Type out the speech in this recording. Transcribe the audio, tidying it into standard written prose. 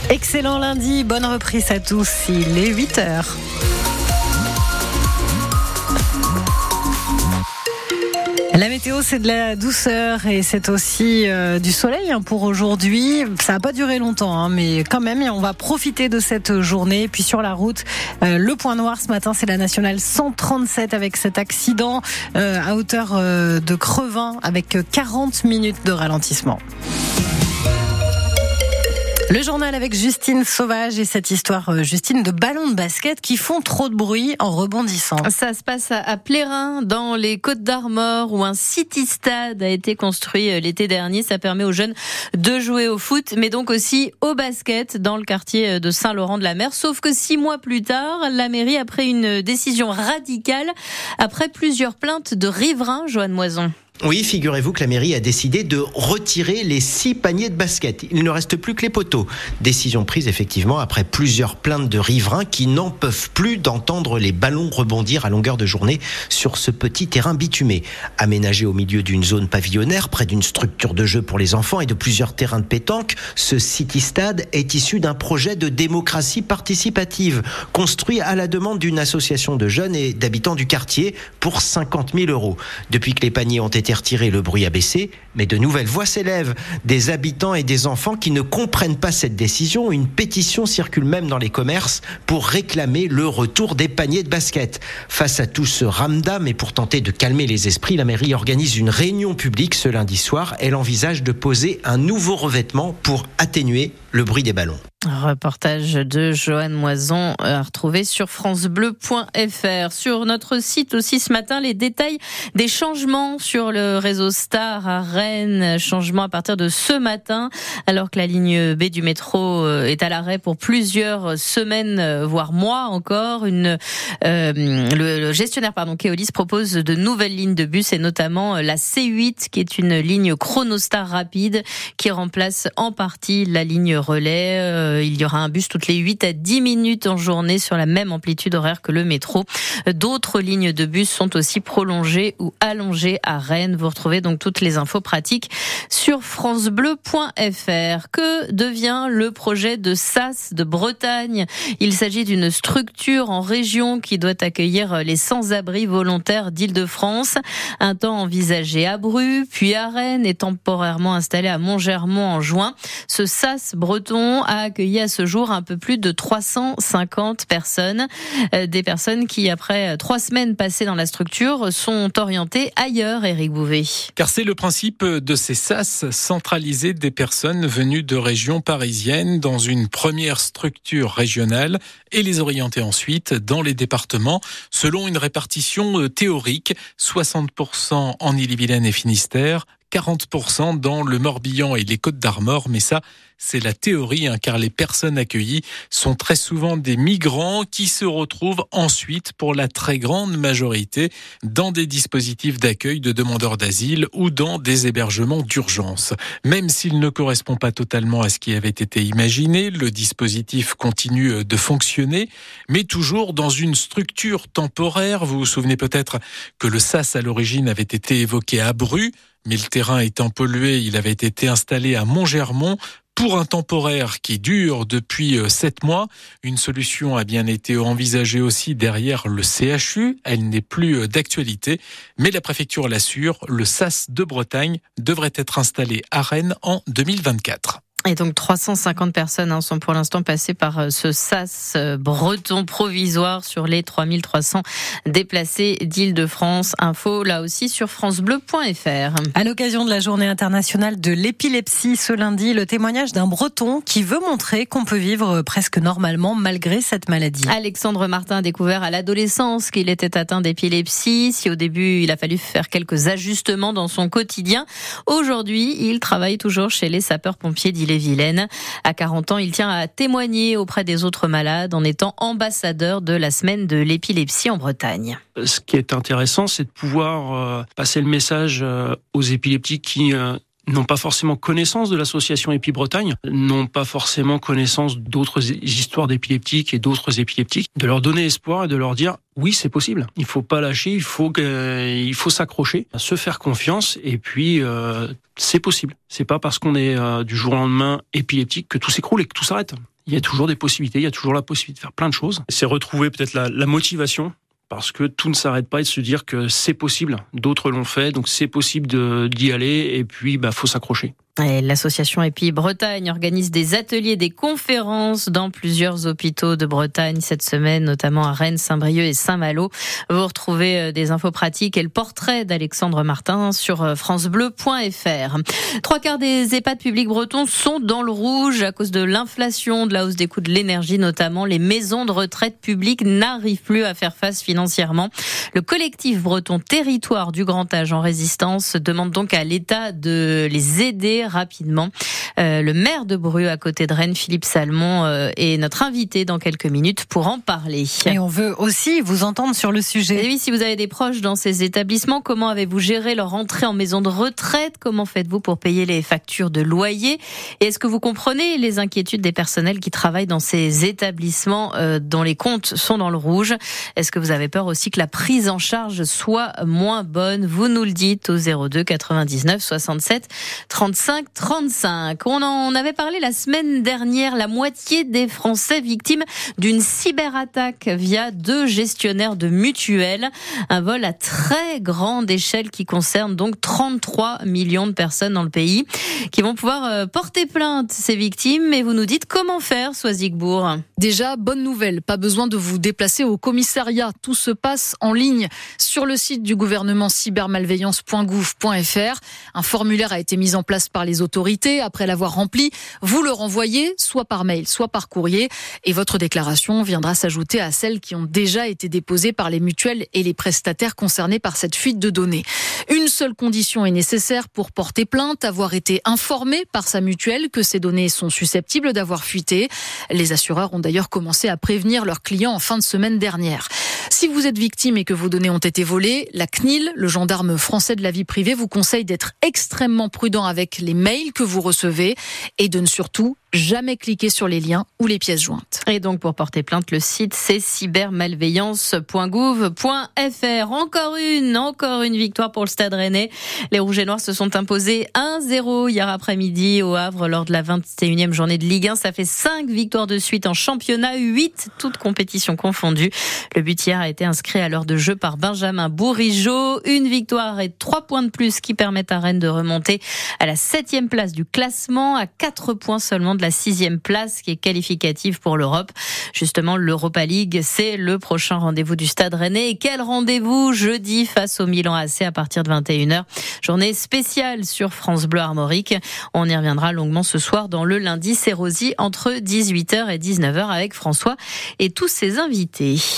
Excellent lundi, bonne reprise à tous, il est 8h. La météo, c'est de la douceur et c'est aussi du soleil pour aujourd'hui. Ça n'a pas duré longtemps, mais quand même, on va profiter de cette journée. Puis sur la route, le point noir ce matin, c'est la nationale 137 avec cet accident à hauteur de Crevin avec 40 minutes de ralentissement. Le journal avec Justine Sauvage et cette histoire, Justine, de ballons de basket qui font trop de bruit en rebondissant. Ça se passe à Plérin, dans les Côtes-d'Armor, où un city-stade a été construit l'été dernier. Ça permet aux jeunes de jouer au foot, mais donc aussi au basket dans le quartier de Saint-Laurent-de-la-Mer. Sauf que 6 mois plus tard, la mairie a pris une décision radicale après plusieurs plaintes de riverains, Joanne Moison. Oui, figurez-vous que la mairie a décidé de retirer les 6 paniers de basket. Il ne reste plus que les poteaux. Décision prise effectivement après plusieurs plaintes de riverains qui n'en peuvent plus d'entendre les ballons rebondir à longueur de journée sur ce petit terrain bitumé. Aménagé au milieu d'une zone pavillonnaire, près d'une structure de jeu pour les enfants et de plusieurs terrains de pétanque, ce city-stade est issu d'un projet de démocratie participative, construit à la demande d'une association de jeunes et d'habitants du quartier pour 50 000 €. Depuis que les paniers ont été retiré, le bruit a baissé, mais de nouvelles voix s'élèvent. Des habitants et des enfants qui ne comprennent pas cette décision. Une pétition circule même dans les commerces pour réclamer le retour des paniers de basket. Face à tout ce ramdam et pour tenter de calmer les esprits, la mairie organise une réunion publique ce lundi soir. Elle envisage de poser un nouveau revêtement pour atténuer le bruit des ballons. Reportage de Joanne Moison à retrouver sur francebleu.fr. Sur notre site aussi ce matin, les détails des changements sur le réseau Star à Rennes. Changement à partir de ce matin, alors que la ligne B du métro est à l'arrêt pour plusieurs semaines, voire mois encore. Le gestionnaire Keolis propose de nouvelles lignes de bus et notamment la C8 qui est une ligne Chronostar rapide qui remplace en partie la ligne relais. Il y aura un bus toutes les 8 à 10 minutes en journée sur la même amplitude horaire que le métro. D'autres lignes de bus sont aussi prolongées ou allongées à Rennes. Vous retrouvez donc toutes les infos pratiques sur francebleu.fr. Que devient le projet de SAS de Bretagne ? Il s'agit d'une structure en région qui doit accueillir les sans-abri volontaires d'Île-de-France. Un temps envisagé à Bru, puis à Rennes et temporairement installé à Montgermont en juin. Ce SAS breton a accueilli à ce jour un peu plus de 350 personnes. Des personnes qui, après 3 semaines passées dans la structure, sont orientées ailleurs, Éric Bouvet. Car c'est le principe de ces SAS, centraliser des personnes venues de régions parisiennes dans une première structure régionale et les orienter ensuite dans les départements selon une répartition théorique, 60% en Ille-et-Vilaine et Finistère, 40% dans le Morbihan et les Côtes-d'Armor, mais ça, c'est la théorie, car les personnes accueillies sont très souvent des migrants qui se retrouvent ensuite, pour la très grande majorité, dans des dispositifs d'accueil de demandeurs d'asile ou dans des hébergements d'urgence. Même s'il ne correspond pas totalement à ce qui avait été imaginé, le dispositif continue de fonctionner, mais toujours dans une structure temporaire. Vous vous souvenez peut-être que le SAS à l'origine avait été évoqué à Bru, mais le terrain étant pollué, il avait été installé à Montgermont pour un temporaire qui dure depuis 7 mois. Une solution a bien été envisagée aussi derrière le CHU. Elle n'est plus d'actualité, mais la préfecture l'assure, le SAS de Bretagne devrait être installé à Rennes en 2024. Et donc 350 personnes sont pour l'instant passées par ce SAS breton provisoire sur les 3300 déplacés d'Île-de-France. Info là aussi sur francebleu.fr. À l'occasion de la journée internationale de l'épilepsie ce lundi, le témoignage d'un breton qui veut montrer qu'on peut vivre presque normalement malgré cette maladie. Alexandre Martin a découvert à l'adolescence qu'il était atteint d'épilepsie. Si au début il a fallu faire quelques ajustements dans son quotidien, aujourd'hui il travaille toujours chez les sapeurs-pompiers d'Île-et-Vilaine. À 40 ans, il tient à témoigner auprès des autres malades en étant ambassadeur de la semaine de l'épilepsie en Bretagne. Ce qui est intéressant, c'est de pouvoir passer le message aux épileptiques qui n'ont pas forcément connaissance de l'association Épi-Bretagne, n'ont pas forcément connaissance d'autres histoires d'épileptiques et d'autres épileptiques, de leur donner espoir et de leur dire oui, c'est possible. Il faut pas lâcher, il faut s'accrocher, se faire confiance et puis c'est possible. C'est pas parce qu'on est du jour au lendemain épileptique que tout s'écroule et que tout s'arrête. il y a toujours des possibilités, il y a toujours la possibilité de faire plein de choses. C'est retrouver peut-être la motivation, parce que tout ne s'arrête pas, et de se dire que c'est possible, d'autres l'ont fait, donc c'est possible d'y aller, et puis faut s'accrocher. Et l'association EPI Bretagne organise des ateliers, des conférences dans plusieurs hôpitaux de Bretagne cette semaine, notamment à Rennes, Saint-Brieuc et Saint-Malo. Vous retrouvez des infos pratiques et le portrait d'Alexandre Martin sur francebleu.fr. 3/4 des EHPAD publics bretons sont dans le rouge à cause de l'inflation, de la hausse des coûts de l'énergie notamment. Les maisons de retraite publiques n'arrivent plus à faire face financièrement. Le collectif breton Territoire du Grand Âge en Résistance demande donc à l'État de les aider rapidement. Le maire de Bru, à côté de Rennes, Philippe Salmon, est notre invité dans quelques minutes pour en parler. Et on veut aussi vous entendre sur le sujet. Et oui, si vous avez des proches dans ces établissements, comment avez-vous géré leur entrée en maison de retraite? Comment faites-vous pour payer les factures de loyer? Et est-ce que vous comprenez les inquiétudes des personnels qui travaillent dans ces établissements dont les comptes sont dans le rouge? Est-ce que vous avez peur aussi que la prise en charge soit moins bonne? Vous nous le dites au 02 99 67 35 35. On en avait parlé la semaine dernière. La moitié des Français victimes d'une cyberattaque via 2 gestionnaires de mutuelles. Un vol à très grande échelle qui concerne donc 33 millions de personnes dans le pays qui vont pouvoir porter plainte, ces victimes. Et vous nous dites comment faire, Soisigbourg. Déjà, bonne nouvelle, pas besoin de vous déplacer au commissariat. Tout se passe en ligne sur le site du gouvernement cybermalveillance.gouv.fr. Un formulaire a été mis en place par les autorités. Après l'avoir rempli, vous le renvoyez soit par mail, soit par courrier. Et votre déclaration viendra s'ajouter à celles qui ont déjà été déposées par les mutuelles et les prestataires concernés par cette fuite de données. Une seule condition est nécessaire pour porter plainte, avoir été informé par sa mutuelle que ces données sont susceptibles d'avoir fuité. Les assureurs ont d'ailleurs commencé à prévenir leurs clients en fin de semaine dernière. Si vous êtes victime et que vos données ont été volées, la CNIL, le gendarme français de la vie privée, vous conseille d'être extrêmement prudent avec les mails que vous recevez et de ne surtout jamais cliquer sur les liens ou les pièces jointes. Et donc pour porter plainte, le site c'est cybermalveillance.gouv.fr. Encore une victoire pour le Stade Rennais. Les Rouges et Noirs se sont imposés 1-0 hier après-midi au Havre lors de la 21e journée de Ligue 1. Ça fait 5 victoires de suite en championnat, 8 toutes compétitions confondues. Le but hier a été inscrit à l'heure de jeu par Benjamin Bourigeaud. Une victoire et 3 points de plus qui permettent à Rennes de remonter à la 7e place du classement, à 4 points seulement de la 6e place qui est qualificative pour l'Europe. Justement, l'Europa League, c'est le prochain rendez-vous du Stade Rennais. Et quel rendez-vous jeudi face au Milan AC à partir de 21h. Journée spéciale sur France Bleu Armorique. On y reviendra longuement ce soir dans le lundi. C'est Rosie entre 18h et 19h avec François et tous ses invités.